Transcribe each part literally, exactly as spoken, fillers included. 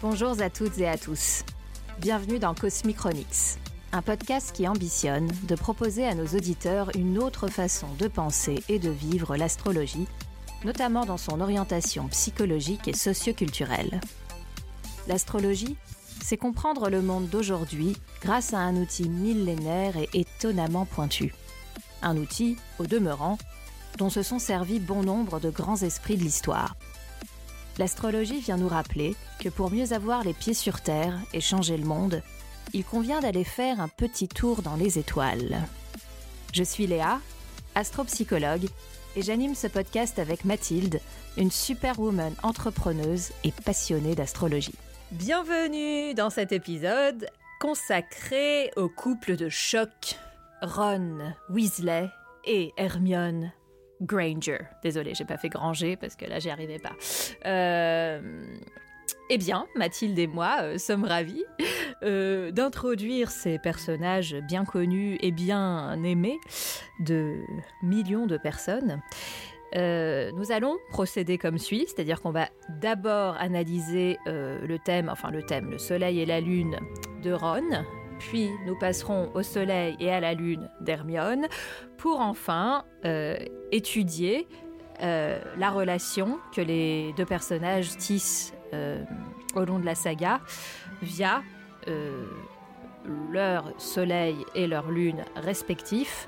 Bonjour à toutes et à tous. Bienvenue dans Cosmicronix, un podcast qui ambitionne de proposer à nos auditeurs une autre façon de penser et de vivre l'astrologie, notamment dans son orientation psychologique et socioculturelle. L'astrologie, c'est comprendre le monde d'aujourd'hui grâce à un outil millénaire et étonnamment pointu. Un outil, au demeurant, dont se sont servis bon nombre de grands esprits de l'histoire. L'astrologie vient nous rappeler que pour mieux avoir les pieds sur terre et changer le monde, il convient d'aller faire un petit tour dans les étoiles. Je suis Léa, astropsychologue, et j'anime ce podcast avec Mathilde, une superwoman entrepreneuse et passionnée d'astrologie. Bienvenue dans cet épisode consacré au couple de choc Ron Weasley et Hermione Granger. Désolée, j'ai pas fait Granger parce que là, j'y arrivais pas. Euh... Eh bien, Mathilde et moi euh, sommes ravis euh, d'introduire ces personnages bien connus et bien aimés de millions de personnes. Euh, nous allons procéder comme suit, c'est-à-dire qu'on va d'abord analyser euh, le thème, enfin le thème, le soleil et la lune de Ron, puis nous passerons au soleil et à la lune d'Hermione, pour enfin euh, étudier euh, la relation que les deux personnages tissent euh, au long de la saga via euh, leur soleil et leur lune respectifs.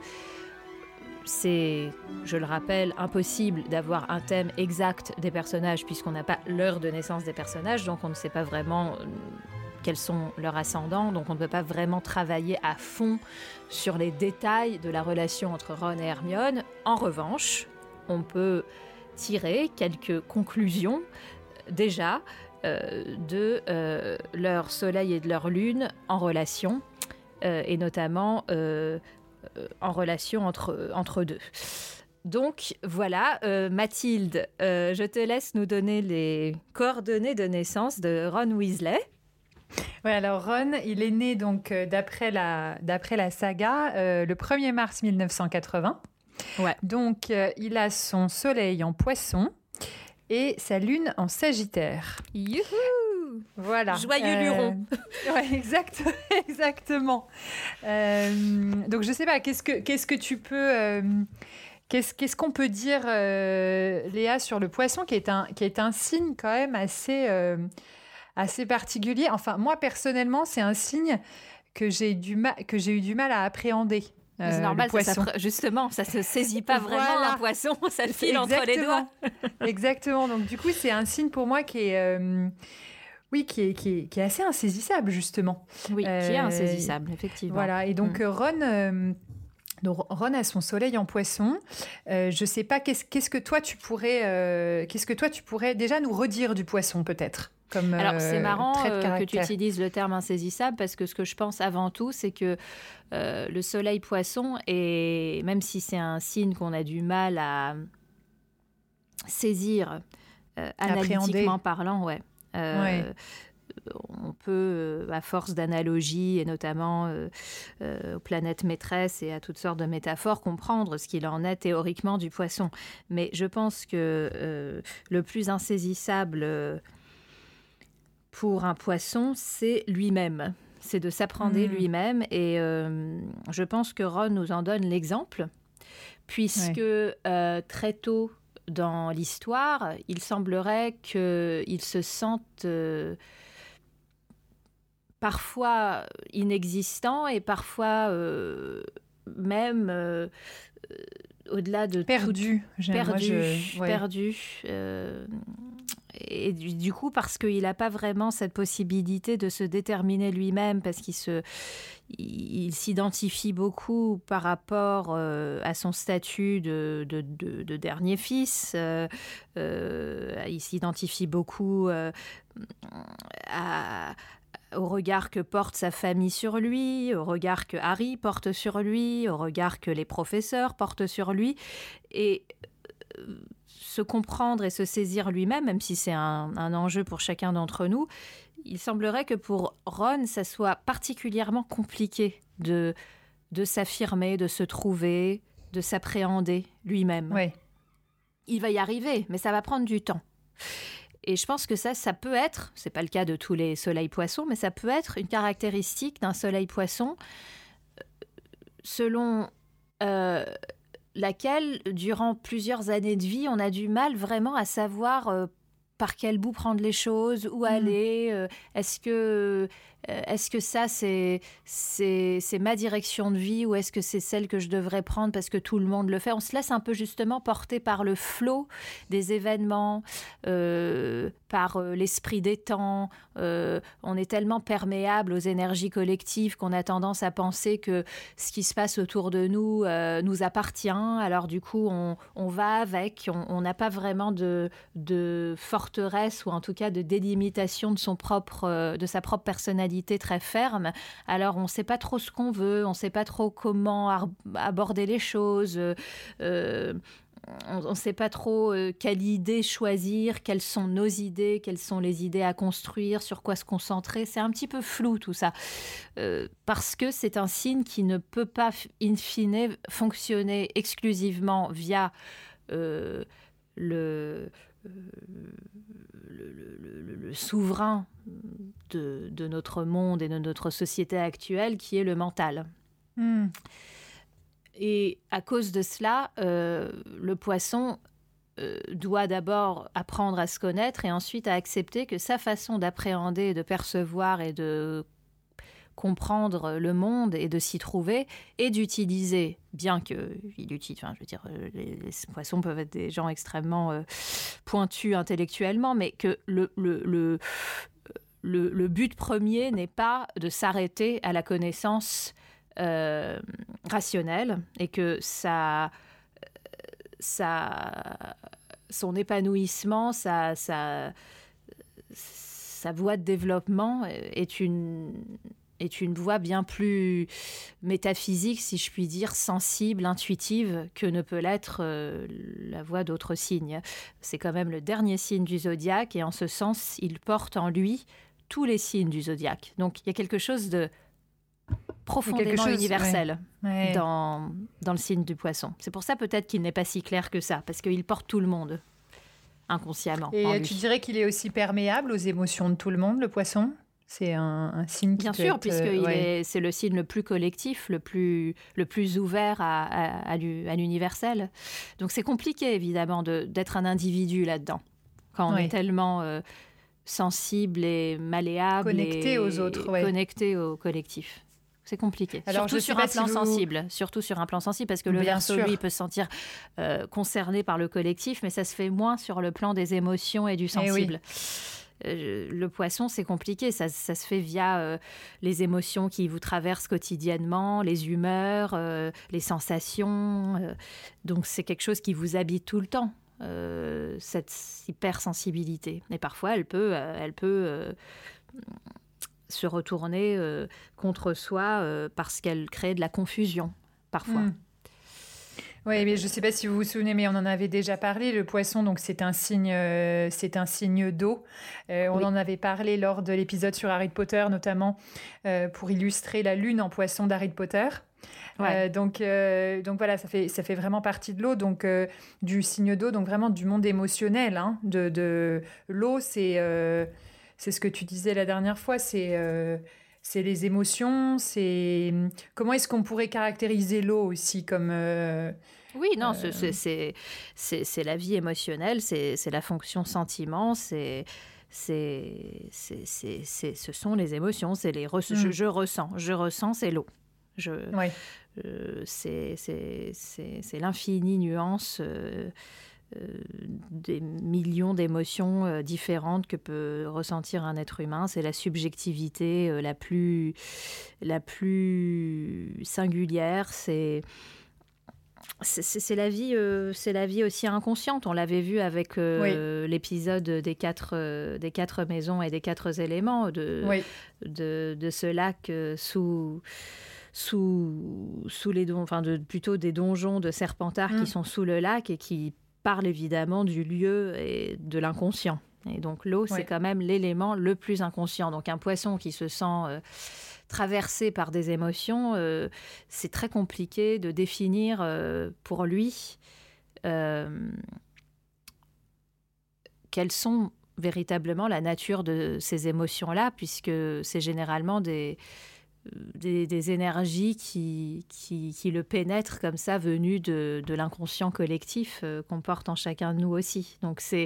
C'est, je le rappelle, impossible d'avoir un thème exact des personnages puisqu'on n'a pas l'heure de naissance des personnages, donc on ne sait pas vraiment quels sont leurs ascendants, donc on ne peut pas vraiment travailler à fond sur les détails de la relation entre Ron et Hermione. En revanche, on peut tirer quelques conclusions déjà euh, de euh, leur soleil et de leur lune en relation, euh, et notamment euh, euh, en relation entre, entre deux. Donc voilà, euh, Mathilde, euh, je te laisse nous donner les coordonnées de naissance de Ron Weasley. Ouais, alors Ron, il est né donc euh, d'après la d'après la saga euh, le premier mars mille neuf cent quatre-vingts. Ouais. Donc euh, il a son soleil en Poisson et sa lune en Sagittaire. Youhou! Voilà. Joyeux euh, luron. Ouais, exact, exactement. Euh, donc je sais pas, qu'est-ce que qu'est-ce que tu peux euh, Qu'est-ce, qu'est-ce qu'on peut dire, euh, Léa, sur le Poisson, qui est un qui est un signe quand même assez euh, assez particulier. Enfin, moi, personnellement, c'est un signe que j'ai, du ma- que j'ai eu du mal à appréhender. Euh, c'est normal, ça, ça, ça, justement, ça se saisit pas vraiment voilà. un poisson, ça le file entre les doigts. Exactement. Donc, du coup, c'est un signe pour moi qui est... Euh, Oui, qui est, qui, est, qui est assez insaisissable, justement. Oui, euh, qui est insaisissable, effectivement. Voilà, et donc mmh. Ron... Euh, Donc Ron a son soleil en Poisson. Euh, je sais pas, qu'est-ce, qu'est-ce que toi tu pourrais, euh, qu'est-ce que toi tu pourrais déjà nous redire du Poisson peut-être comme, Alors c'est euh, marrant euh, que tu caractère. utilises le terme insaisissable parce que ce que je pense avant tout, c'est que euh, le soleil Poisson, et même si c'est un signe qu'on a du mal à saisir euh, analytiquement parlant, ouais. Euh, ouais. On peut, à force d'analogies, et notamment euh, euh, aux planètes maîtresses et à toutes sortes de métaphores, comprendre ce qu'il en est théoriquement du poisson. Mais je pense que euh, le plus insaisissable pour un poisson, c'est lui-même. C'est de s'apprendre mmh. lui-même. Et euh, je pense que Ron nous en donne l'exemple, puisque ouais. euh, très tôt dans l'histoire, il semblerait qu'il se sente... Euh, parfois inexistant et parfois euh, même euh, au-delà de perdu, tout, perdu, moi je, ouais. perdu. Euh, et du, du coup, parce qu'il n'a pas vraiment cette possibilité de se déterminer lui-même, parce qu'il se, il, il s'identifie beaucoup par rapport euh, à son statut de, de, de, de dernier fils. Euh, euh, il s'identifie beaucoup euh, à au regard que porte sa famille sur lui, au regard que Harry porte sur lui, au regard que les professeurs portent sur lui. Et euh, se comprendre et se saisir lui-même, même si c'est un, un enjeu pour chacun d'entre nous, il semblerait que pour Ron, ça soit particulièrement compliqué de, de s'affirmer, de se trouver, de s'appréhender lui-même. Oui. Il va y arriver, mais ça va prendre du temps. Et je pense que ça, ça peut être, c'est pas le cas de tous les soleils poissons, mais ça peut être une caractéristique d'un soleil poisson selon euh, laquelle, durant plusieurs années de vie, on a du mal vraiment à savoir euh, par quel bout prendre les choses, où aller. Euh, est-ce que, euh, est-ce que ça, c'est, c'est, c'est ma direction de vie ou est-ce que c'est celle que je devrais prendre parce que tout le monde le fait? On se laisse un peu justement porter par le flot des événements, euh, par euh, l'esprit des temps. Euh, on est tellement perméable aux énergies collectives qu'on a tendance à penser que ce qui se passe autour de nous euh, nous appartient. Alors du coup, on, on va avec. On n'a pas vraiment de, de forteresse ou en tout cas de délimitation de, son propre, euh, de sa propre personnalité très ferme. Alors on ne sait pas trop ce qu'on veut, on ne sait pas trop comment ar- aborder les choses. Euh, on ne sait pas trop euh, quelle idée choisir, quelles sont nos idées, quelles sont les idées à construire, sur quoi se concentrer. C'est un petit peu flou tout ça, euh, parce que c'est un signe qui ne peut pas, in fine, fonctionner exclusivement via euh, le, euh, le, le, le, le souverain de, de notre monde et de notre société actuelle, qui est le mental. Mm. Et à cause de cela, euh, le poisson euh, doit d'abord apprendre à se connaître et ensuite à accepter que sa façon d'appréhender, de percevoir et de comprendre le monde et de s'y trouver et d'utiliser, bien qu'il utilise, enfin, je veux dire, les, les poissons peuvent être des gens extrêmement euh, pointus intellectuellement, mais que le, le, le, le, le but premier n'est pas de s'arrêter à la connaissance Euh, rationnel et que ça, ça, son épanouissement, sa, sa, sa voie de développement est une, est une voie bien plus métaphysique, si je puis dire, sensible, intuitive, que ne peut l'être euh, la voie d'autres signes. C'est quand même le dernier signe du zodiaque et en ce sens, il porte en lui tous les signes du zodiaque. Donc il y a quelque chose de profondément chose, universel ouais. Ouais. Dans, dans le signe du poisson. C'est pour ça peut-être qu'il n'est pas si clair que ça, parce qu'il porte tout le monde, inconsciemment. Et tu dirais qu'il est aussi perméable aux émotions de tout le monde, le poisson ? C'est un, un signe qui Bien peut sûr, être, puisque euh, il ouais. est, c'est le signe le plus collectif, le plus, le plus ouvert à, à, à, à l'universel. Donc c'est compliqué, évidemment, de, d'être un individu là-dedans, quand on ouais. est tellement euh, sensible et malléable. Connecté et, aux autres, ouais. Connecté au collectif. C'est compliqué. Alors, surtout sur un plan si vous... sensible. Surtout sur un plan sensible, parce que le Bien Verseau, sûr. lui, peut se sentir euh, concerné par le collectif, mais ça se fait moins sur le plan des émotions et du sensible. Eh oui. euh, le Poisson, c'est compliqué. Ça, ça se fait via euh, les émotions qui vous traversent quotidiennement, les humeurs, euh, les sensations. Euh, donc, c'est quelque chose qui vous habite tout le temps, euh, cette hypersensibilité. Et parfois, elle peut... Euh, elle peut euh, se retourner euh, contre soi euh, parce qu'elle crée de la confusion, parfois. Mmh. Oui, mais je ne sais pas si vous vous souvenez, mais on en avait déjà parlé. Le poisson, donc, c'est un signe, euh, c'est un signe d'eau. Euh, on oui. en avait parlé lors de l'épisode sur Harry Potter, notamment euh, pour illustrer la lune en poisson d'Harry Potter. Ouais. Euh, donc, euh, donc voilà, ça fait, ça fait vraiment partie de l'eau, donc euh, du signe d'eau, donc vraiment du monde émotionnel. Hein, de, de... L'eau, c'est... Euh... C'est ce que tu disais la dernière fois, c'est, euh, c'est les émotions, c'est... Comment est-ce qu'on pourrait caractériser l'eau aussi comme... Euh, oui, non, euh... c'est, c'est, c'est, c'est la vie émotionnelle, c'est, c'est la fonction sentiment, c'est... C'est, c'est, c'est, c'est, ce sont les émotions, c'est les re- mm. je, je ressens, je ressens, c'est l'eau. Je, ouais. euh, c'est, c'est, c'est, c'est l'infinie nuance... Euh, Euh, des millions d'émotions euh, différentes que peut ressentir un être humain. C'est la subjectivité euh, la plus, la plus singulière. C'est, c'est, c'est, la vie, euh, c'est la vie aussi inconsciente. On l'avait vu avec euh, oui. l'épisode des quatre, euh, des quatre maisons et des quatre éléments de, oui. de, de ce lac euh, sous... Sous, sous les don- enfin de, plutôt des donjons de Serpentard mmh. qui sont sous le lac et qui parle évidemment du lieu et de l'inconscient. Et donc l'eau, c'est ouais. quand même l'élément le plus inconscient. Donc un poisson qui se sent euh, traversé par des émotions, euh, c'est très compliqué de définir euh, pour lui euh, quelles sont véritablement la nature de ces émotions-là, puisque c'est généralement des, des, des énergies qui, qui, qui le pénètrent comme ça, venues de, de l'inconscient collectif euh, qu'on porte en chacun de nous aussi. Donc c'est,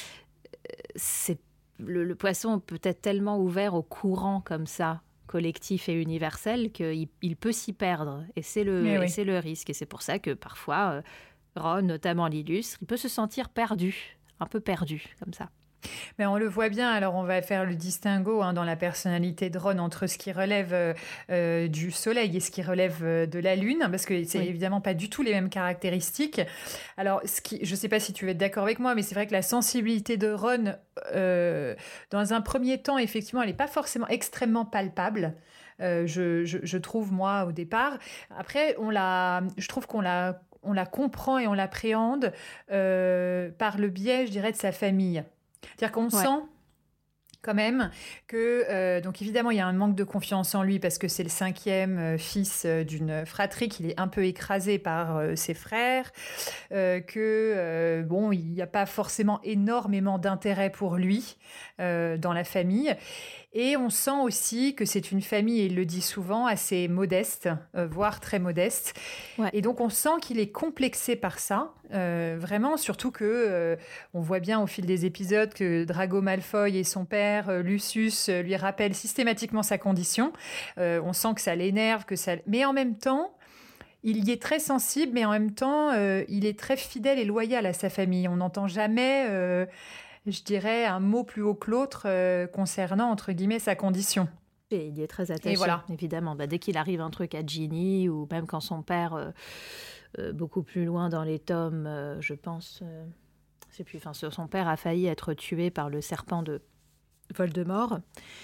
c'est le, le poisson peut être tellement ouvert au courant comme ça, collectif et universel, qu'il il peut s'y perdre. Et c'est le, oui. et c'est le risque. Et c'est pour ça que parfois, euh, Ron, notamment l'illustre, il peut se sentir perdu, un peu perdu comme ça. Mais on le voit bien, alors on va faire le distinguo hein, dans la personnalité de Ron entre ce qui relève euh, euh, du soleil et ce qui relève euh, de la lune, parce que c'est oui. évidemment pas du tout les mêmes caractéristiques. Alors, ce qui, je sais pas si tu vas être d'accord avec moi, mais c'est vrai que la sensibilité de Ron, euh, dans un premier temps, effectivement, elle n'est pas forcément extrêmement palpable. Euh, je, je, je trouve, moi, au départ. Après, on la, je trouve qu'on la, on la comprend et on l'appréhende euh, par le biais, je dirais, de sa famille. C'est-à-dire qu'on ouais. sent quand même que, euh, donc évidemment, il y a un manque de confiance en lui parce que c'est le cinquième euh, fils euh, d'une fratrie, qu'il est un peu écrasé par euh, ses frères, euh, que, euh, bon, il n'y a pas forcément énormément d'intérêt pour lui euh, dans la famille. Et on sent aussi que c'est une famille, et il le dit souvent, assez modeste, euh, voire très modeste. Ouais. Et donc, on sent qu'il est complexé par ça, euh, vraiment, surtout que euh, on voit bien au fil des épisodes que Drago Malfoy et son père, euh, Lucius, euh, lui rappellent systématiquement sa condition. Euh, on sent que ça l'énerve, que ça... mais en même temps, il y est très sensible, mais en même temps, euh, il est très fidèle et loyal à sa famille. On n'entend jamais... Euh, je dirais, un mot plus haut que l'autre euh, concernant, entre guillemets, sa condition. Et il y est très attaché, voilà. Évidemment. Bah, dès qu'il arrive un truc à Ginny, ou même quand son père, euh, euh, beaucoup plus loin dans les tomes, euh, je pense, euh, je sais plus, enfin, son père a failli être tué par le serpent de Voldemort.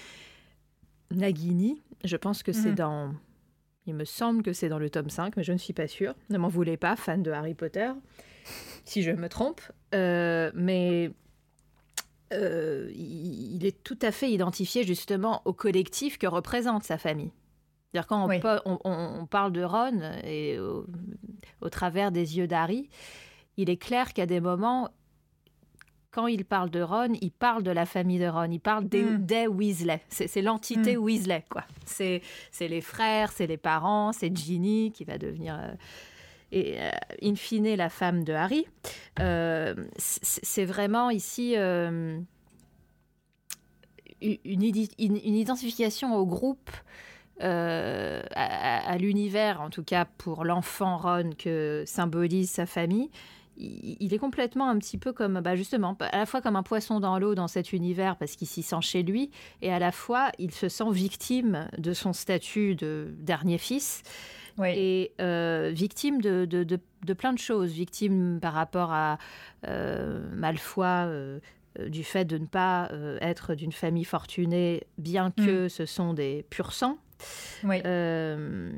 Nagini, je pense que mmh. c'est dans... Il me semble que c'est dans le tome cinq, mais je ne suis pas sûre. Ne m'en voulez pas, fan de Harry Potter, si je me trompe. Euh, mais... Euh, il est tout à fait identifié justement au collectif que représente sa famille. C'est-à-dire quand on, oui. peut, on, on parle de Ron et au, au travers des yeux d'Harry, il est clair qu'à des moments, quand il parle de Ron, il parle de la famille de Ron, il parle des, mm. des Weasley. C'est, c'est l'entité mm. Weasley, quoi. C'est, c'est les frères, c'est les parents, c'est Ginny qui va devenir... Euh, et euh, in fine la femme de Harry, euh, c'est vraiment ici euh, une, une, une identification au groupe, euh, à, à l'univers, en tout cas pour l'enfant Ron que symbolise sa famille. Il, il est complètement un petit peu comme, bah justement, à la fois comme un poisson dans l'eau dans cet univers parce qu'il s'y sent chez lui, et à la fois il se sent victime de son statut de dernier fils. Oui. Et euh, victime de, de, de, de plein de choses, victime par rapport à euh, Malfoy, euh, euh, du fait de ne pas euh, être d'une famille fortunée, bien que mmh. ce sont des pur sang. Oui. Euh,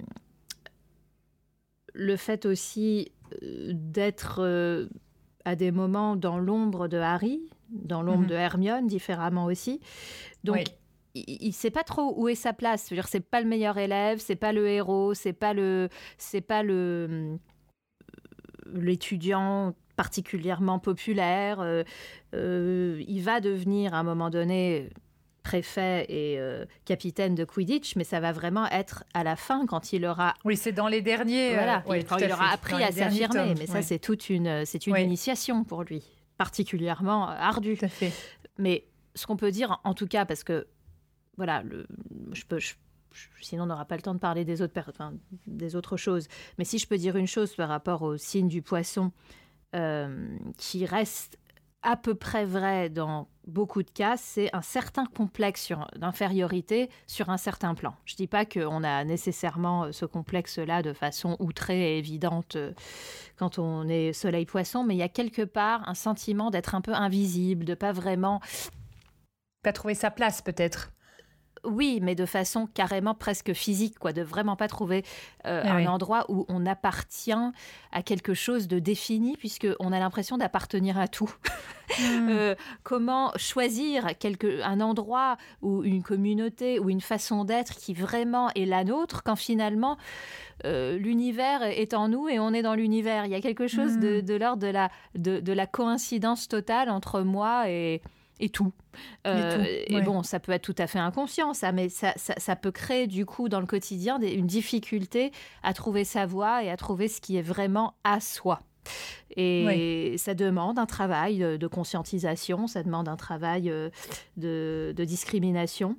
le fait aussi d'être euh, à des moments dans l'ombre de Harry, dans l'ombre mmh. de Hermione, différemment aussi. Donc, oui. il ne sait pas trop où est sa place. C'est-à-dire, c'est pas le meilleur élève, c'est pas le héros, c'est pas le, c'est pas le l'étudiant particulièrement populaire. Euh, euh, il va devenir à un moment donné préfet et euh, capitaine de Quidditch, mais ça va vraiment être à la fin quand il aura. Oui, c'est dans les derniers. Voilà, euh, oui, quand il aura appris à s'affirmer. Tomes, mais ça, oui. c'est toute une, c'est une oui. initiation pour lui, particulièrement ardue. Tout à fait. Mais ce qu'on peut dire, en tout cas, parce que voilà, le, je peux, je, sinon on n'aura pas le temps de parler des autres, enfin, des autres choses. Mais si je peux dire une chose par rapport au signe du poisson, euh, qui reste à peu près vrai dans beaucoup de cas, c'est un certain complexe sur, d'infériorité sur un certain plan. Je ne dis pas qu'on a nécessairement ce complexe-là de façon outrée et évidente quand on est soleil-poisson, mais il y a quelque part un sentiment d'être un peu invisible, de ne pas vraiment... Pas trouver sa place peut-être. Oui, mais de façon carrément presque physique, quoi, de vraiment pas trouver euh, ah un oui. endroit où on appartient à quelque chose de défini, puisqu'on a l'impression d'appartenir à tout. Mmh. euh, comment choisir quelque, un endroit ou une communauté ou une façon d'être qui vraiment est la nôtre, quand finalement euh, l'univers est en nous et on est dans l'univers. Il y a quelque chose mmh. de, de l'ordre de la, de, de la coïncidence totale entre moi et... et tout. Euh, et, tout et ouais. bon, ça peut être tout à fait inconscient, ça, mais ça, ça, ça peut créer du coup dans le quotidien des, une difficulté à trouver sa voie et à trouver ce qui est vraiment à soi. Et oui. ça demande un travail de conscientisation, ça demande un travail de, de discrimination.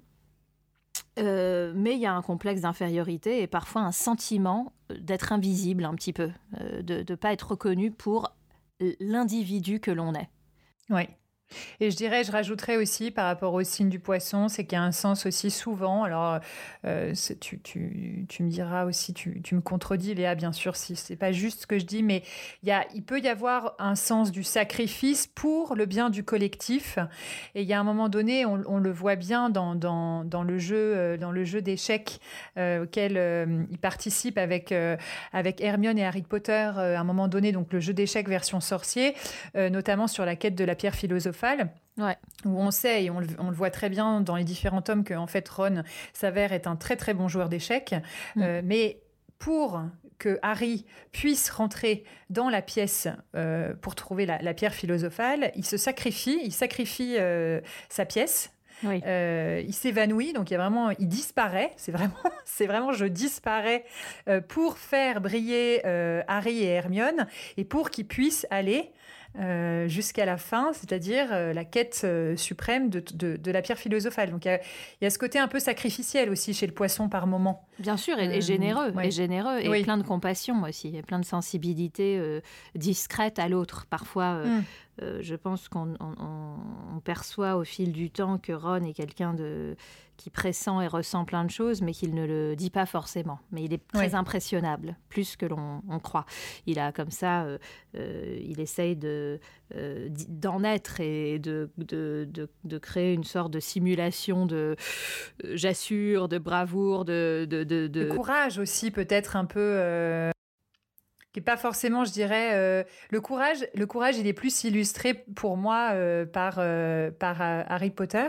Euh, mais il y a un complexe d'infériorité et parfois un sentiment d'être invisible un petit peu, euh, de ne pas être reconnu pour l'individu que l'on est. Oui. Et je dirais, je rajouterais aussi par rapport au signe du poisson, c'est qu'il y a un sens aussi souvent, alors euh, tu, tu, tu me diras aussi, tu, tu me contredis Léa bien sûr si c'est pas juste ce que je dis, mais il, y a, il peut y avoir un sens du sacrifice pour le bien du collectif et il y a un moment donné, on, on le voit bien dans, dans, dans, le, jeu, dans le jeu d'échecs euh, auquel euh, il participe avec, euh, avec Hermione et Harry Potter euh, à un moment donné, donc le jeu d'échecs version sorcier, euh, notamment sur la quête de la pierre philosophale. Ouais. Où on sait, et on le, on le voit très bien dans les différents tomes, qu'en fait Ron s'avère être un très très bon joueur d'échecs. Mmh. Euh, mais pour que Harry puisse rentrer dans la pièce euh, pour trouver la, la pierre philosophale, il se sacrifie, il sacrifie euh, sa pièce. Oui. Euh, il s'évanouit, donc il, y a vraiment, il disparaît. C'est vraiment, c'est vraiment je disparais euh, pour faire briller euh, Harry et Hermione et pour qu'ils puissent aller Euh, jusqu'à la fin, c'est-à-dire euh, la quête euh, suprême de, de, de la pierre philosophale. Donc il y, y a ce côté un peu sacrificiel aussi chez le poisson par moment. Bien sûr, et, euh, et généreux, ouais. et généreux, et oui. plein de compassion aussi, et plein de sensibilité euh, discrète à l'autre. Parfois, euh, mm. euh, je pense qu'on on, on perçoit au fil du temps que Ron est quelqu'un de qui pressent et ressent plein de choses, mais qu'il ne le dit pas forcément. Mais il est très oui. impressionnable, plus que l'on on croit. Il a comme ça, euh, euh, il essaye de, euh, d'en être et de, de, de, de créer une sorte de simulation de, euh, j'assure, de bravoure, de... de, de, de... de courage aussi, peut-être un peu... Euh... qui n'est pas forcément, je dirais... Euh, le, courage, le courage, il est plus illustré pour moi euh, par, euh, par euh, Harry Potter.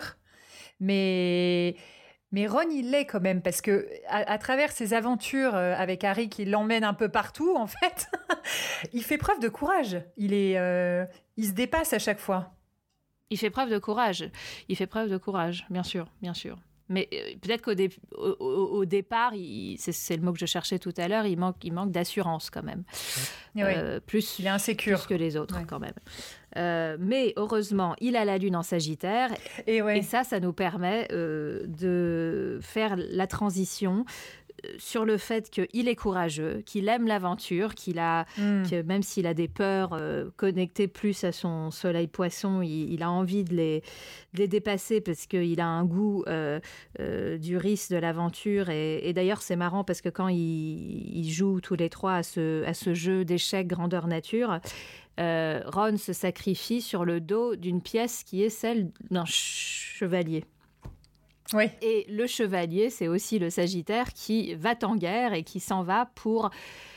Mais, mais Ron, il l'est quand même, parce que à, à travers ses aventures avec Harry, qui l'emmène un peu partout, en fait, il fait preuve de courage. Il, est, euh, il se dépasse à chaque fois. Il fait preuve de courage. Il fait preuve de courage, bien sûr, bien sûr. Mais euh, peut-être qu'au dé- au, au, au départ, il, c'est, c'est le mot que je cherchais tout à l'heure, il manque, il manque d'assurance quand même. Oui. Euh, plus, il est insécure. Plus que les autres ouais. quand même. Euh, mais heureusement, il a la lune en Sagittaire. Et, ouais. et ça, ça nous permet euh, de faire la transition sur le fait qu'il est courageux, qu'il aime l'aventure, qu'il a, mm. que même s'il a des peurs euh, connectées plus à son soleil poisson, il, il a envie de les, de les dépasser parce qu'il a un goût euh, euh, du risque, de l'aventure. Et, et d'ailleurs, c'est marrant parce que quand ils, ils jouent tous les trois à ce, à ce jeu d'échecs grandeur nature, euh, Ron se sacrifie sur le dos d'une pièce qui est celle d'un chevalier. Oui. Et le chevalier, c'est aussi le Sagittaire qui va en guerre et qui s'en va pour,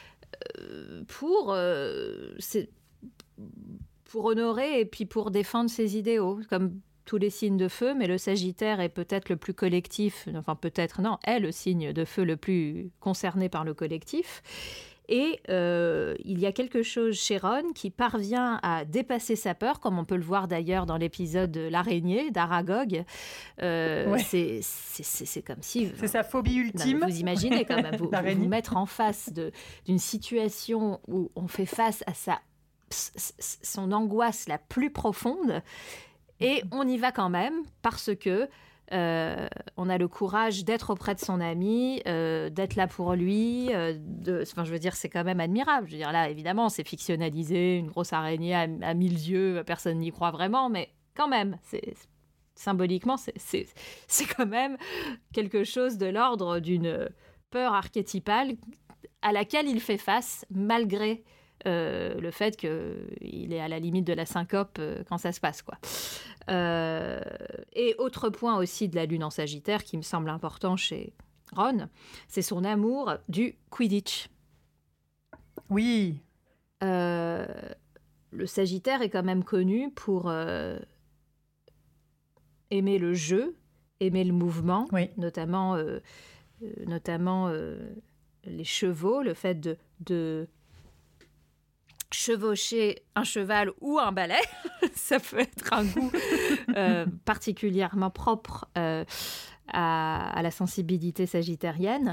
euh, pour, euh, c'est, pour honorer et puis pour défendre ses idéaux, comme tous les signes de feu, mais le Sagittaire est peut-être le plus collectif, enfin peut-être non, est le signe de feu le plus concerné par le collectif. Et euh, il y a quelque chose chez Ron qui parvient à dépasser sa peur, comme on peut le voir d'ailleurs dans l'épisode de l'araignée d'Aragog. Euh, ouais. c'est, c'est, c'est, c'est comme si... C'est sa phobie ultime. Non, vous imaginez quand même, vous, vous, vous mettre en face de, d'une situation où on fait face à sa, son angoisse la plus profonde, et on y va quand même parce que Euh, on a le courage d'être auprès de son ami, euh, d'être là pour lui. Euh, de, enfin, je veux dire, c'est quand même admirable. Je veux dire, là, évidemment, c'est fictionnalisé, une grosse araignée à, à mille yeux, personne n'y croit vraiment, mais quand même, c'est, symboliquement, c'est, c'est, c'est quand même quelque chose de l'ordre d'une peur archétypale à laquelle il fait face, malgré euh, le fait qu'il est à la limite de la syncope euh, quand ça se passe, quoi. Euh, et autre point aussi de la lune en Sagittaire qui me semble important chez Ron, c'est son amour du Quidditch. Oui. Euh, le Sagittaire est quand même connu pour euh, aimer le jeu, aimer le mouvement, oui. notamment, euh, euh, notamment euh, les chevaux, le fait de, de chevaucher un cheval ou un balai. Ça peut être un goût euh, particulièrement propre euh, à, à la sensibilité sagittarienne.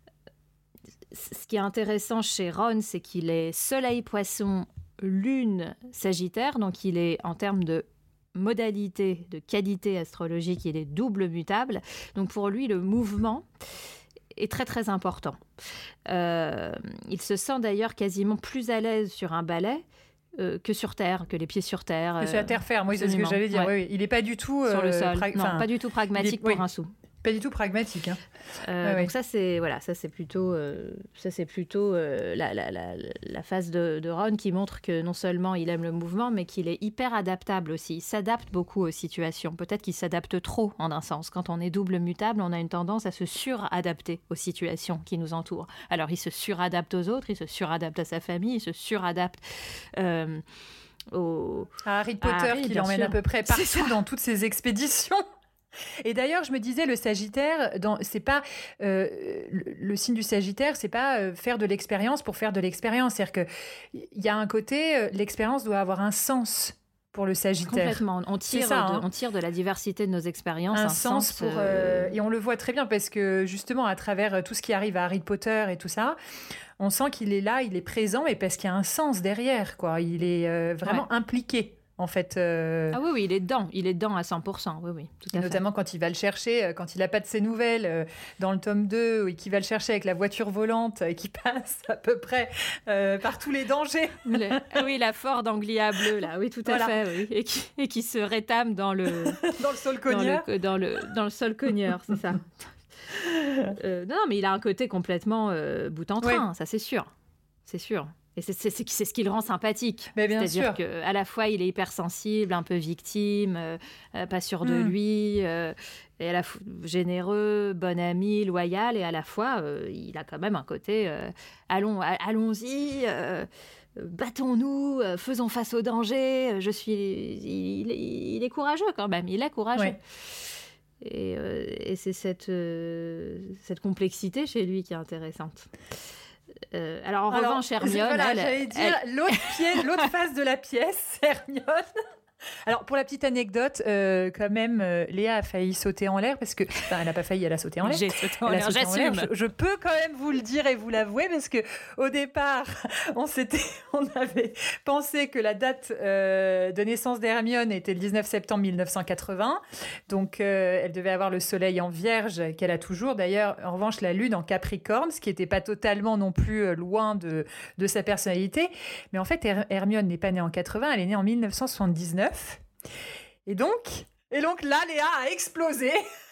Ce qui est intéressant chez Ron, c'est qu'il est soleil poisson, lune sagittaire, donc il est en termes de modalité, de qualité astrologique, il est double mutable. Donc pour lui, le mouvement est très très important. Euh, il se sent d'ailleurs quasiment plus à l'aise sur un balai euh, que sur terre, que les pieds sur terre. Que sur la terre ferme, oui, c'est ce que j'allais dire. Ouais. Oui, oui. Il n'est pas du tout... Sur euh, le sol, pra- non, pas du tout pragmatique est, pour oui. un sou. Pas du tout pragmatique. Hein. Euh, ouais, donc ouais. ça c'est voilà, ça c'est plutôt euh, ça c'est plutôt euh, la, la, la, la phase de, de Ron qui montre que non seulement il aime le mouvement, mais qu'il est hyper adaptable aussi. Il s'adapte beaucoup aux situations. Peut-être qu'il s'adapte trop en un sens. Quand on est double mutable, on a une tendance à se suradapter aux situations qui nous entourent. Alors il se suradapte aux autres, il se suradapte à sa famille, il se suradapte. Euh, au... à Harry Potter à Harry, qui l'emmène sûr. à peu près partout dans toutes ses expéditions. Et d'ailleurs, je me disais, le Sagittaire, dans, c'est pas euh, le, le signe du Sagittaire, c'est pas euh, faire de l'expérience pour faire de l'expérience. C'est-à-dire que il y a un côté, euh, l'expérience doit avoir un sens pour le Sagittaire. Complètement. On tire, ça, de, hein. on tire de la diversité de nos expériences un, un sens, sens pour euh... et on le voit très bien parce que justement, à travers tout ce qui arrive à Harry Potter et tout ça, on sent qu'il est là, il est présent, mais parce qu'il y a un sens derrière, quoi. Il est euh, vraiment ouais. impliqué. En fait, euh... ah oui, oui, il est dedans, il est dedans à cent pour cent, oui, oui, tout à et fait. Notamment quand il va le chercher, quand il n'a pas de ses nouvelles, euh, dans le tome deux, et qu'il va le chercher avec la voiture volante et qui passe à peu près euh, par tous les dangers. Le, ah oui, la Ford Anglia bleue, là, oui, tout à voilà. fait, oui, et qui, et qui se rétame dans le... dans le sol cogneur. Dans le, dans le, dans le sol cogneur, c'est ça. euh, non, mais il a un côté complètement euh, bout en train, oui. ça c'est sûr, c'est sûr. Et c'est, c'est, c'est, c'est ce qui le rend sympathique. Mais bien C'est-à-dire sûr. qu'à la fois, il est hypersensible, un peu victime, euh, pas sûr de mmh. lui, euh, et à la fois généreux, bon ami, loyal, et à la fois, euh, il a quand même un côté euh, allons, allons-y, euh, battons-nous, euh, faisons face au danger. Je suis, il, il, il est courageux quand même, il est courageux. Ouais. Et, euh, et c'est cette, euh, cette complexité chez lui qui est intéressante. Euh, alors en alors, revanche, Hermione, voilà, elle, j'allais dire elle... l'autre pied, l'autre face de la pièce, Hermione. Alors pour la petite anecdote, euh, quand même, euh, Léa a failli sauter en l'air parce que, enfin, elle n'a pas failli, elle a sauté en l'air. J'ai sauté en l'air, j'assume. Je, je peux quand même vous le dire et vous l'avouer parce que au départ, on s'était, on avait pensé que la date euh, de naissance d'Hermione était le dix-neuf septembre mille neuf cent quatre-vingts, donc euh, elle devait avoir le Soleil en Vierge qu'elle a toujours. D'ailleurs, en revanche, la Lune en Capricorne, ce qui n'était pas totalement non plus loin de de sa personnalité. Mais en fait, Her- Hermione n'est pas née en quatre-vingts, elle est née en mille neuf cent soixante-dix-neuf. Et donc, et donc là, Léa a explosé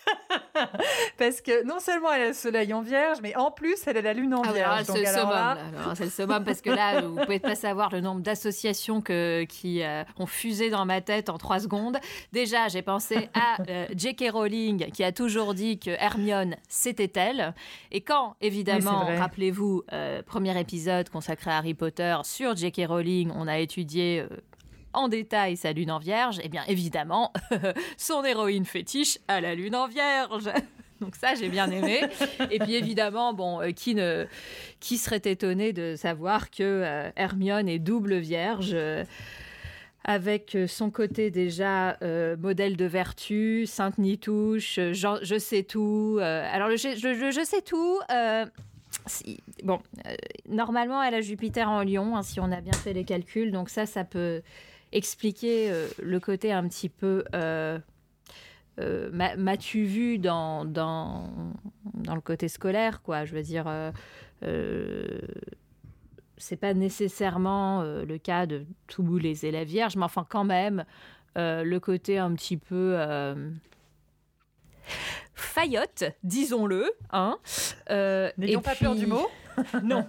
parce que non seulement elle a le Soleil en Vierge, mais en plus elle a la Lune en ah Vierge. Alors, donc, c'est, le alors, summum, là... là. Alors, c'est le summum parce que là, vous pouvez pas savoir le nombre d'associations que, qui euh, ont fusé dans ma tête en trois secondes. Déjà, j'ai pensé à euh, J K Rowling qui a toujours dit que Hermione c'était elle. Et quand, évidemment, oui, rappelez-vous, euh, premier épisode consacré à Harry Potter sur J K Rowling, on a étudié. Euh, en détail sa lune en vierge, et eh bien évidemment, son héroïne fétiche a la lune en vierge. Donc ça, j'ai bien aimé. Et puis évidemment, bon, euh, qui, ne, qui serait étonné de savoir que euh, Hermione est double vierge, euh, avec son côté déjà euh, modèle de vertu, sainte Nitouche, je, je sais tout. Euh, alors le je, je, je sais tout... Euh, Si, bon, euh, normalement, elle a Jupiter en Lion, hein, si on a bien fait les calculs. Donc ça, ça peut expliquer euh, le côté un petit peu... Euh, euh, m'a, m'as-tu vu dans, dans, dans le côté scolaire, quoi. Je veux dire, euh, euh, c'est pas nécessairement euh, le cas de tous les élèves vierges, mais enfin, quand même, euh, le côté un petit peu... Euh, faillotte, disons-le. Hein. Euh, N'ayons pas puis... peur du mot. Non.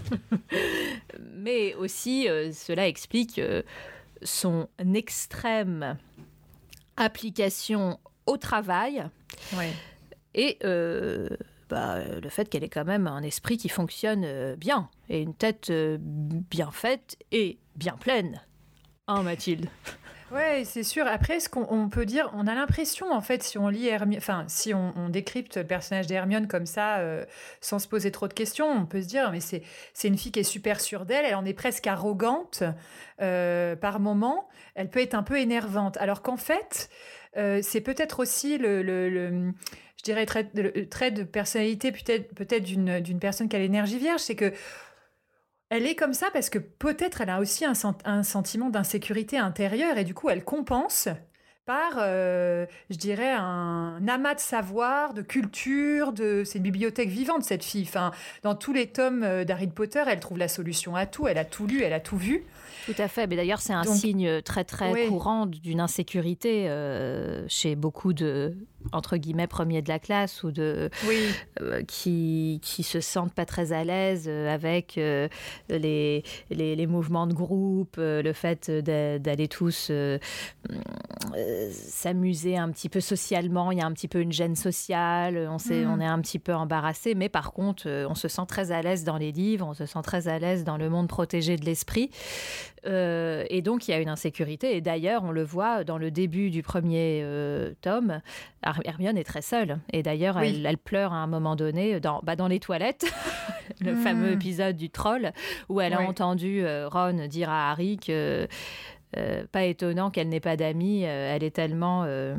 Mais aussi, euh, cela explique euh, son extrême application au travail. Ouais. Et euh, bah, le fait qu'elle ait quand même un esprit qui fonctionne euh, bien. Et une tête euh, bien faite et bien pleine. Hein, Mathilde ? Ouais, c'est sûr. Après, ce qu'on on peut dire, on a l'impression, en fait, si on lit Hermione, enfin, si on, on décrypte le personnage d'Hermione comme ça, euh, sans se poser trop de questions, on peut se dire, mais c'est, c'est une fille qui est super sûre d'elle, elle en est presque arrogante euh, par moments, elle peut être un peu énervante. Alors qu'en fait, euh, c'est peut-être aussi le, le, le- je dirais, trait, le trait de personnalité peut-être, peut-être d'une, d'une personne qui a l'énergie vierge, c'est que elle est comme ça parce que peut-être elle a aussi un, sen- un sentiment d'insécurité intérieure et du coup elle compense par, euh, je dirais, un amas de savoir, de culture, de... c'est une bibliothèque vivante cette fille. Enfin, dans tous les tomes euh, d'Harry Potter, elle trouve la solution à tout, elle a tout lu, elle a tout vu. Tout à fait, mais d'ailleurs c'est un Donc, signe très très oui. courant d'une insécurité euh, chez beaucoup de, entre guillemets, premiers de la classe ou de Oui. euh, qui qui se sentent pas très à l'aise euh, avec euh, les, les les mouvements de groupe, euh, le fait d'a- d'aller tous euh, euh, s'amuser un petit peu socialement. Il y a un petit peu une gêne sociale, on sait, Mm. on est un petit peu embarrassé, mais par contre euh, on se sent très à l'aise dans les livres, on se sent très à l'aise dans le monde protégé de l'esprit. Euh, et donc, il y a une insécurité. Et d'ailleurs, on le voit dans le début du premier euh, tome, Her- Hermione est très seule. Et d'ailleurs, Oui. elle, elle pleure à un moment donné dans, bah, dans les toilettes, le Mm. fameux épisode du troll, où elle a Oui. entendu euh, Ron dire à Harry que, euh, pas étonnant qu'elle n'ait pas d'amis, euh, elle est tellement... euh,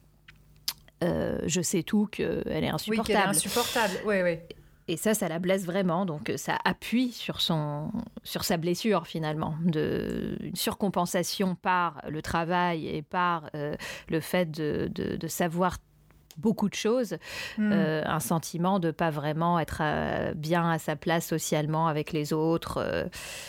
euh, je sais tout qu'elle est Oui, qu'elle est insupportable. insupportable. Oui, oui. Et ça, ça la blesse vraiment. Donc, ça appuie sur, son, sur sa blessure, finalement. De, une surcompensation par le travail et par euh, le fait de, de, de savoir beaucoup de choses. Mm. Euh, un sentiment de ne pas vraiment être euh, bien à sa place socialement avec les autres. Euh,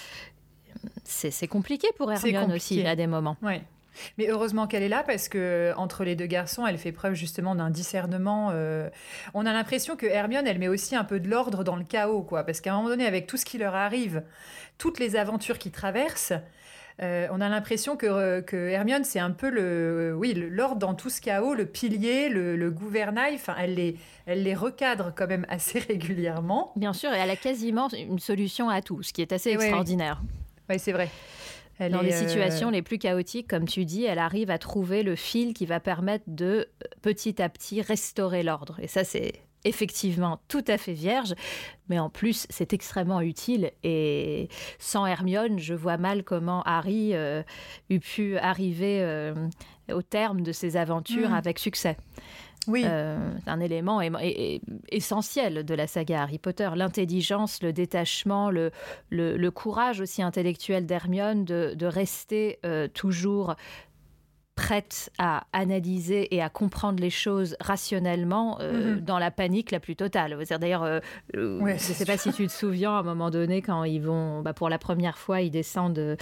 c'est, c'est compliqué pour C'est Hermione compliqué. aussi, à des moments. Ouais. Mais heureusement qu'elle est là parce que entre les deux garçons, elle fait preuve justement d'un discernement. euh, On a l'impression que Hermione, elle met aussi un peu de l'ordre dans le chaos, quoi. Parce qu'à un moment donné, avec tout ce qui leur arrive, toutes les aventures qu'ils traversent, euh, on a l'impression que, euh, que Hermione, c'est un peu le, oui, le- l'ordre dans tout ce chaos, le pilier, le, le gouvernail. Enfin, elle les, elle les recadre quand même assez régulièrement. Bien sûr, et elle a quasiment une solution à tout, ce qui est assez Et ouais, extraordinaire. Oui, c'est vrai. Elle Dans est, les euh, situations les plus chaotiques, comme tu dis, elle arrive à trouver le fil qui va permettre de, petit à petit, restaurer l'ordre. Et ça, c'est effectivement tout à fait vierge, mais en plus, c'est extrêmement utile. Et sans Hermione, je vois mal comment Harry euh, eût pu arriver euh, au terme de ses aventures Mm. avec succès. Oui. Euh, c'est un élément é- é- essentiel de la saga Harry Potter. L'intelligence, le détachement, le, le, le courage aussi intellectuel d'Hermione de, de rester euh, toujours prête à analyser et à comprendre les choses rationnellement euh, Mhm. dans la panique la plus totale. C'est-à-dire, d'ailleurs, euh, euh, Ouais, je ne c'est sais pas si tu te souviens, à un moment donné, quand ils vont, bah, pour la première fois, ils descendent euh,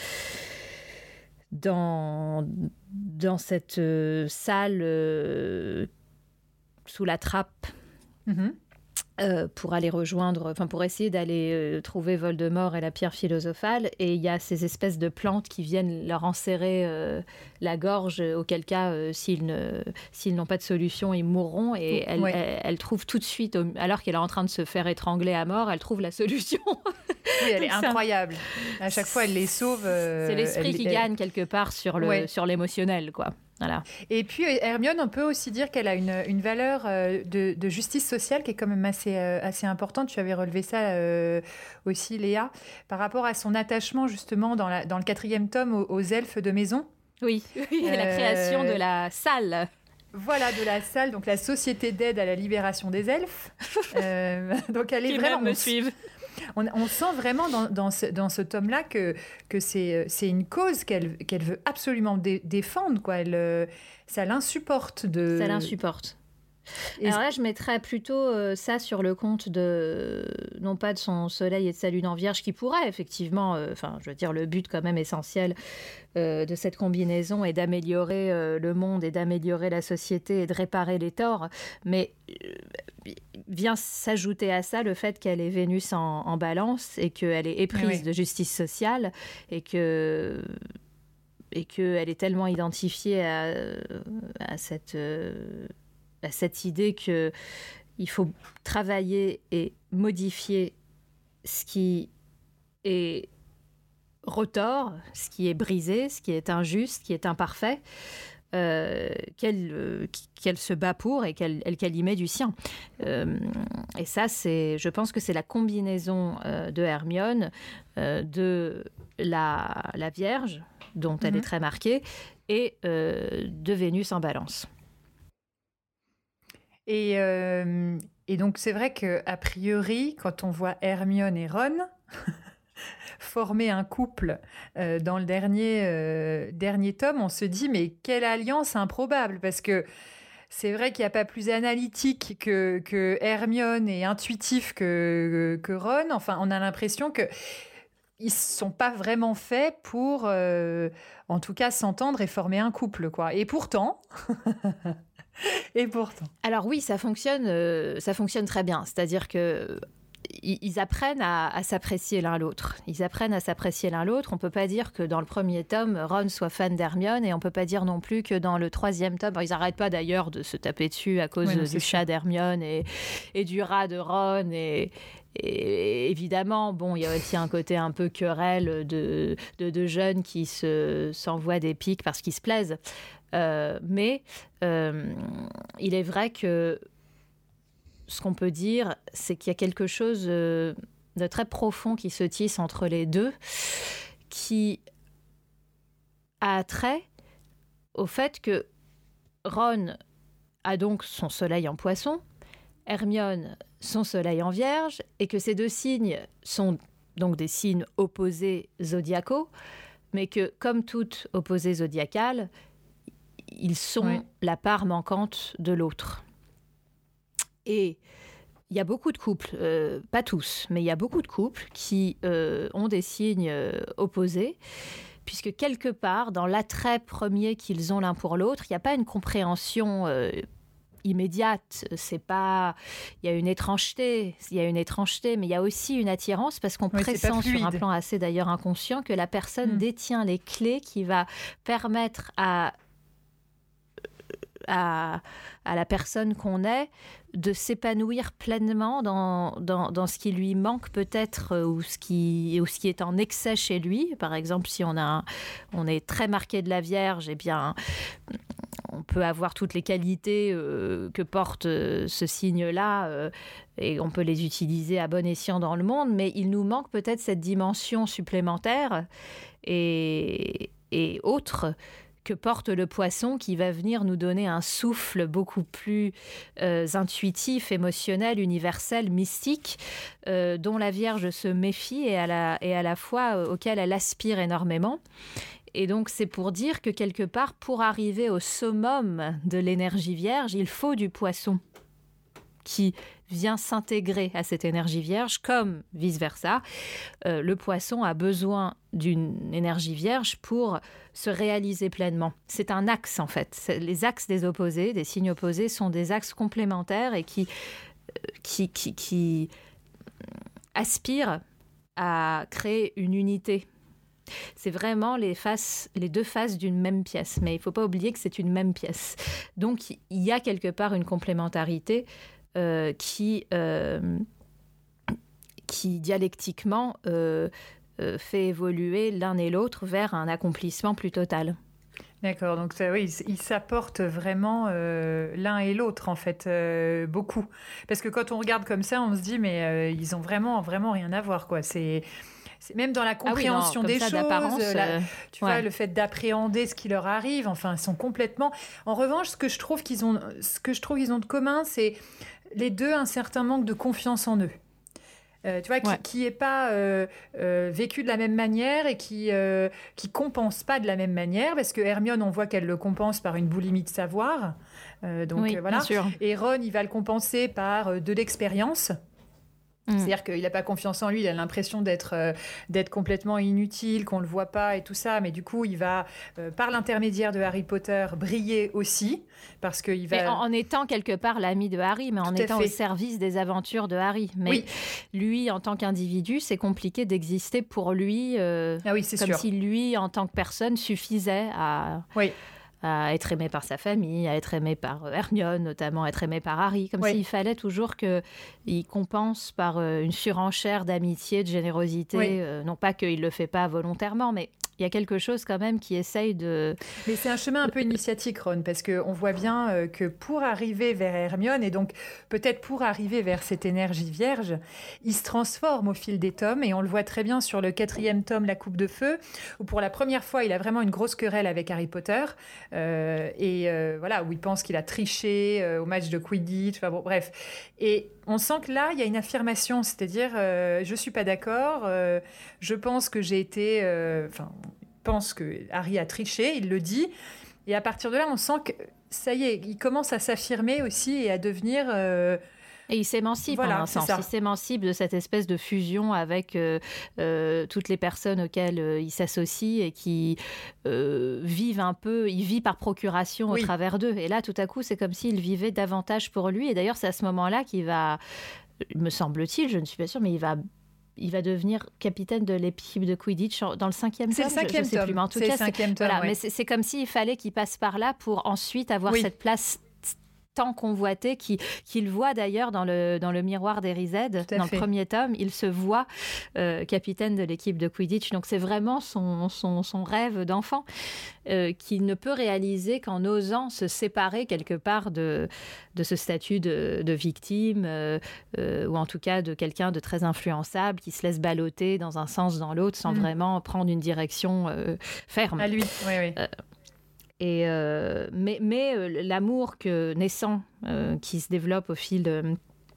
dans, dans cette euh, salle euh, sous la trappe Mhm. euh, pour aller rejoindre, enfin pour essayer d'aller euh, trouver Voldemort et la pierre philosophale. Et il y a ces espèces de plantes qui viennent leur enserrer euh, la gorge, auquel cas, euh, s'ils, ne, s'ils n'ont pas de solution, ils mourront. Et elle, Ouais. elle, elle trouve tout de suite, au- alors qu'elle est en train de se faire étrangler à mort, elle trouve la solution. Oui, elle est Donc, c'est un- incroyable. À chaque fois, elle les sauve. euh, C'est l'esprit elle- qui elle- gagne quelque part sur, le, Ouais. sur l'émotionnel, quoi. Voilà. Et puis, Hermione, on peut aussi dire qu'elle a une, une valeur euh, de, de justice sociale qui est quand même assez, euh, assez importante. Tu avais relevé ça euh, aussi, Léa, par rapport à son attachement, justement, dans, la, dans le quatrième tome, aux, aux elfes de maison. Oui, la Euh, création de la salle. Voilà, de la salle, donc la Société d'aide à la libération des elfes. Euh, donc, elle est Qui vraiment... même me on- suivent. On, on sent vraiment dans, dans ce, dans ce tome-là que, que c'est, c'est une cause qu'elle, qu'elle veut absolument dé- défendre. Quoi. Elle, euh, ça l'insupporte de... Ça l'insupporte. Et- Alors là, je mettrais plutôt euh, ça sur le compte de, non pas de son soleil et de sa lune en vierge, qui pourrait effectivement, euh, enfin, je veux dire, le but quand même essentiel euh, de cette combinaison est d'améliorer euh, le monde et d'améliorer la société et de réparer les torts, mais euh, vient s'ajouter à ça le fait qu'elle est Vénus en, en balance et qu'elle est éprise Oui. de justice sociale et que et qu'elle est tellement identifiée à, à cette... euh, à cette idée qu'il faut travailler et modifier ce qui est retord, ce qui est brisé, ce qui est injuste, ce qui est imparfait, euh, qu'elle, euh, qu'elle se bat pour et qu'elle, elle, qu'elle y met du sien. Euh, et ça, c'est, je pense que c'est la combinaison euh, de Hermione, euh, de la, la Vierge, dont elle mm-hmm. est très marquée, et euh, de Vénus en Balance. Et, euh, et donc, c'est vrai qu'a priori, quand on voit Hermione et Ron former un couple euh, dans le dernier, euh, dernier tome, on se dit, mais quelle alliance improbable, parce que c'est vrai qu'il n'y a pas plus analytique que, que Hermione et intuitif que, que Ron. Enfin, on a l'impression que ils ne sont pas vraiment faits pour, euh, en tout cas, s'entendre et former un couple, quoi. Et pourtant... Et pourtant. Alors oui, ça fonctionne, euh, ça fonctionne très bien. C'est-à-dire que ils, ils apprennent à, à s'apprécier l'un l'autre. Ils apprennent à s'apprécier l'un l'autre. On peut pas dire que dans le premier tome, Ron soit fan d'Hermione, et on peut pas dire non plus que dans le troisième tome, ils n'arrêtent pas d'ailleurs de se taper dessus à cause ouais, non, du chat d'Hermione et, et du rat de Ron et Et évidemment, bon, il y a aussi un côté un peu querelle de, de, de jeunes qui se, s'envoient des piques parce qu'ils se plaisent. Euh, mais euh, il est vrai que ce qu'on peut dire, c'est qu'il y a quelque chose de très profond qui se tisse entre les deux, qui a trait au fait que Ron a donc son soleil en Poisson, Hermione son soleil en Vierge, et que ces deux signes sont donc des signes opposés zodiacaux, mais que, comme toutes opposées zodiacales, ils sont oui. la part manquante de l'autre. Et il y a beaucoup de couples, euh, pas tous, mais il y a beaucoup de couples qui euh, ont des signes euh, opposés, puisque quelque part, dans l'attrait premier qu'ils ont l'un pour l'autre, il n'y a pas une compréhension euh, immédiate, c'est pas, il y a une étrangeté, il y a une étrangeté, mais il y a aussi une attirance parce qu'on oui, pressent sur un plan assez d'ailleurs inconscient que la personne mmh. détient les clés qui va permettre à, à, à la personne qu'on est de s'épanouir pleinement dans, dans, dans ce qui lui manque peut-être ou ce, qui, ou ce qui est en excès chez lui. Par exemple, si on, a, on est très marqué de la Vierge, eh bien, on peut avoir toutes les qualités euh, que porte euh, ce signe-là euh, et on peut les utiliser à bon escient dans le monde, mais il nous manque peut-être cette dimension supplémentaire et, et autre que porte le Poisson, qui va venir nous donner un souffle beaucoup plus euh, intuitif, émotionnel, universel, mystique, euh, dont la Vierge se méfie et à la, et à la fois euh, auquel elle aspire énormément. Et donc, c'est pour dire que quelque part, pour arriver au summum de l'énergie Vierge, il faut du Poisson qui vient s'intégrer à cette énergie Vierge, comme vice-versa. Euh, le Poisson a besoin d'une énergie Vierge pour se réaliser pleinement. C'est un axe, en fait. C'est, les axes des opposés, des signes opposés, sont des axes complémentaires et qui, qui, qui, qui aspirent à créer une unité. C'est vraiment les, faces, les deux faces d'une même pièce. Mais il ne faut pas oublier que c'est une même pièce. Donc, il y a quelque part une complémentarité Euh, qui, euh, qui dialectiquement euh, euh, fait évoluer l'un et l'autre vers un accomplissement plus total. D'accord, donc ça, oui, ils s'apportent vraiment euh, l'un et l'autre, en fait, euh, beaucoup. Parce que quand on regarde comme ça, on se dit, mais euh, ils ont vraiment, vraiment rien à voir, quoi. C'est... C'est même dans la compréhension ah oui, non, des ça, choses, la, euh, tu ouais. vois, le fait d'appréhender ce qui leur arrive, enfin, ils sont complètement... En revanche, ce que je trouve qu'ils ont, ce que je trouve qu'ils ont de commun, c'est les deux un certain manque de confiance en eux. Euh, tu vois, ouais. qui n'est pas euh, euh, vécu de la même manière et qui euh, qui compense pas de la même manière, parce que Hermione, on voit qu'elle le compense par une boulimie de savoir. Euh, donc oui, euh, voilà. Bien sûr. Et Ron, il va le compenser par euh, de l'expérience. Mmh. C'est-à-dire qu'il n'a pas confiance en lui, il a l'impression d'être, euh, d'être complètement inutile, qu'on ne le voit pas et tout ça, mais du coup, il va, euh, par l'intermédiaire de Harry Potter, briller aussi, parce qu'il va... Mais en, en étant quelque part l'ami de Harry, mais en tout étant au service des aventures de Harry. Mais oui. lui, en tant qu'individu, c'est compliqué d'exister pour lui, euh, ah oui, c'est comme sûr. si lui, en tant que personne, suffisait à... Oui. à être aimé par sa famille, à être aimé par Hermione, notamment à être aimé par Harry, comme oui. s'il fallait toujours qu'il compense par une surenchère d'amitié, de générosité. Oui. Euh, non pas qu'il ne le fait pas volontairement, mais il y a quelque chose quand même qui essaye de... Mais c'est un chemin un peu initiatique, Ron, parce qu'on voit bien euh, que pour arriver vers Hermione, et donc peut-être pour arriver vers cette énergie vierge, il se transforme au fil des tomes, et on le voit très bien sur le quatrième tome, La Coupe de Feu, où pour la première fois, il a vraiment une grosse querelle avec Harry Potter, euh, et euh, voilà, où il pense qu'il a triché euh, au match de Quidditch, enfin bon, bref. Et on sent que là, il y a une affirmation, c'est-à-dire, euh, je ne suis pas d'accord, euh, je pense que j'ai été... Enfin, euh, pense que Harry a triché, il le dit. Et à partir de là, on sent que ça y est, il commence à s'affirmer aussi et à devenir... Euh... Et il s'émancipe, voilà, en un sens. Il s'émancipe de cette espèce de fusion avec euh, euh, toutes les personnes auxquelles euh, il s'associe et qui euh, vivent un peu, il vit par procuration oui. au travers d'eux. Et là, tout à coup, c'est comme s'il vivait davantage pour lui. Et d'ailleurs, c'est à ce moment-là qu'il va, me semble-t-il, je ne suis pas sûre, mais il va... il va devenir capitaine de l'équipe de Quidditch dans le cinquième tome. C'est le cinquième je, je sais tome. Plus, mais en tout c'est cas, le cinquième c'est, tome. Voilà, ouais. mais c'est, c'est comme s'il fallait qu'il passe par là pour ensuite avoir oui. cette place tant convoité, qu'il, qu'il voit d'ailleurs dans le, dans le miroir d'Erised, dans fait. le premier tome, il se voit euh, capitaine de l'équipe de Quidditch. Donc c'est vraiment son, son, son rêve d'enfant euh, qu'il ne peut réaliser qu'en osant se séparer quelque part de, de ce statut de, de victime, euh, euh, ou en tout cas de quelqu'un de très influençable qui se laisse balloter dans un sens, dans l'autre, sans mmh. vraiment prendre une direction euh, ferme. À lui, oui, oui. Euh, Et euh, mais, mais euh, l'amour que naissant, euh, qui se développe au fil de,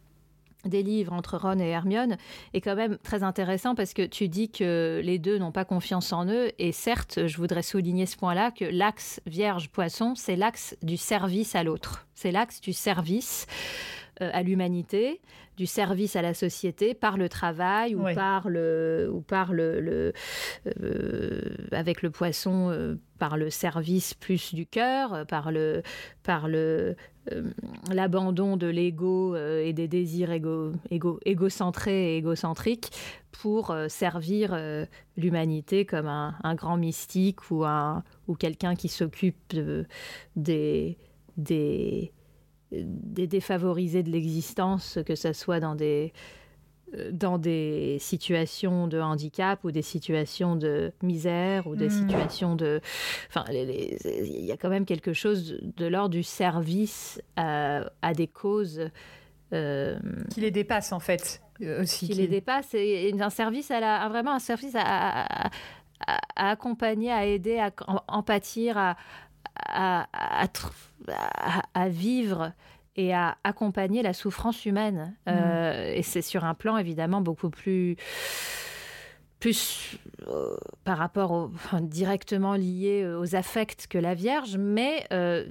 des livres entre Ron et Hermione, est quand même très intéressant parce que tu dis que les deux n'ont pas confiance en eux. Et certes, je voudrais souligner ce point-là, que l'axe Vierge-Poisson, c'est l'axe du service à l'autre. C'est l'axe du service euh, à l'humanité, du service à la société par le travail ou oui. par le ou par le, le euh, avec le poisson euh, par le service plus du cœur, par le par le euh, l'abandon de l'ego euh, et des désirs égo, égo, égocentrés et égocentriques pour euh, servir euh, l'humanité comme un, un grand mystique ou un ou quelqu'un qui s'occupe de, des des des défavorisés de l'existence, que ce soit dans des, dans des situations de handicap ou des situations de misère ou des mmh. situations de... Enfin, il y a quand même quelque chose de l'ordre du service à, à des causes... Euh, qui les dépasse, en fait. Aussi, qui, qui les dépasse, et un service à la... Vraiment un service à, à, à, à accompagner, à aider, à empâtir, à... À, à, à, à vivre et à accompagner la souffrance humaine. Mmh. Euh, et c'est sur un plan évidemment beaucoup plus, plus euh, par rapport au, enfin, directement lié aux affects que la Vierge, mais euh,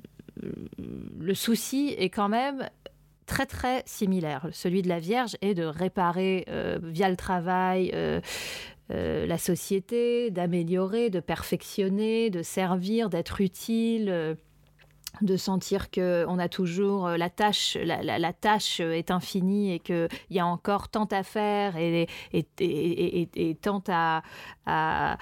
le souci est quand même très très similaire. Celui de la Vierge est de réparer euh, via le travail euh, Euh, la société, d'améliorer, de perfectionner, de servir, d'être utile, euh, de sentir qu'on a toujours la tâche, la, la, la tâche est infinie et qu'il y a encore tant à faire et, et, et, et, et tant à, à,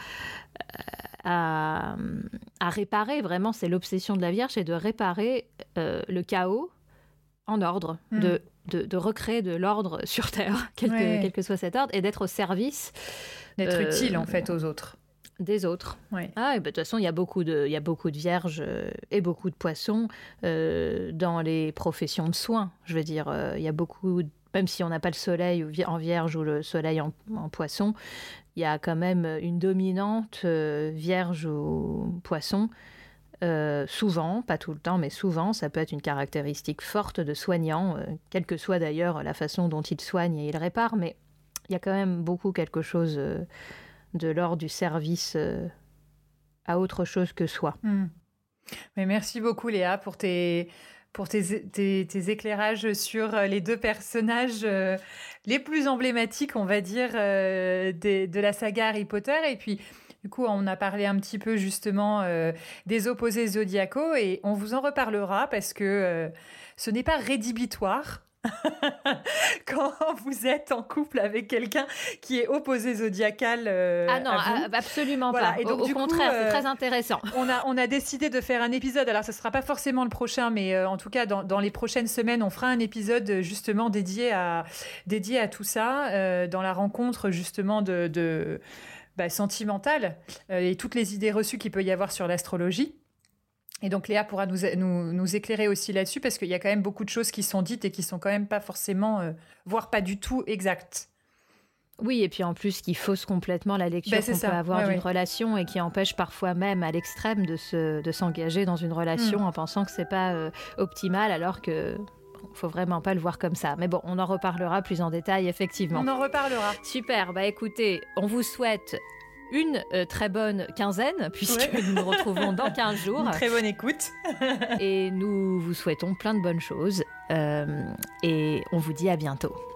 à, à réparer. Vraiment, c'est l'obsession de la Vierge, c'est de réparer euh, le chaos en ordre, mmh. de, de, de recréer de l'ordre sur Terre, quel que, ouais. quel que soit cet ordre, et d'être au service... D'être euh, utile, en fait, aux autres. Des autres. Ouais. Ah, et ben, de toute façon, il y a beaucoup de, il y a beaucoup de vierges euh, et beaucoup de poissons euh, dans les professions de soins. Je veux dire, euh, il y a beaucoup... Même si on n'a pas le soleil en vierge ou le soleil en, en poisson, il y a quand même une dominante euh, vierge ou poisson. Euh, souvent, pas tout le temps, mais souvent, ça peut être une caractéristique forte de soignant, euh, quelle que soit d'ailleurs la façon dont il soigne et il répare, mais il y a quand même beaucoup quelque chose euh, de l'ordre du service euh, à autre chose que soi. Mmh. Mais merci beaucoup Léa pour tes, pour tes, tes, tes éclairages sur les deux personnages euh, les plus emblématiques, on va dire, euh, de, de la saga Harry Potter. Et puis, du coup, on a parlé un petit peu justement euh, des opposés zodiacaux et on vous en reparlera parce que euh, ce n'est pas rédhibitoire. quand vous êtes en couple avec quelqu'un qui est opposé zodiacal euh, Ah non, à vous. absolument Voilà. pas. Et donc, au au contraire, coup, euh, c'est très intéressant. On a, on a décidé de faire un épisode, alors ce ne sera pas forcément le prochain, mais euh, en tout cas, dans, dans les prochaines semaines, on fera un épisode justement dédié à, dédié à tout ça, euh, dans la rencontre justement de, de, bah, sentimentale euh, et toutes les idées reçues qu'il peut y avoir sur l'astrologie. Et donc Léa pourra nous, nous, nous éclairer aussi là-dessus, parce qu'il y a quand même beaucoup de choses qui sont dites et qui sont quand même pas forcément, euh, voire pas du tout exactes. Oui, et puis en plus qui fausse complètement la lecture Ben, c'est qu'on ça. peut avoir Ouais, d'une ouais. relation et qui empêche parfois même à l'extrême de, se, de s'engager dans une relation Mm. en pensant que c'est pas euh, optimal, alors que bon, faut vraiment pas le voir comme ça. Mais bon, on en reparlera plus en détail, effectivement. On en reparlera. Super, bah écoutez, on vous souhaite une euh, très bonne quinzaine, puisque Ouais. nous nous retrouvons dans quinze jours. Une très bonne écoute. Et nous vous souhaitons plein de bonnes choses. Euh, et on vous dit à bientôt.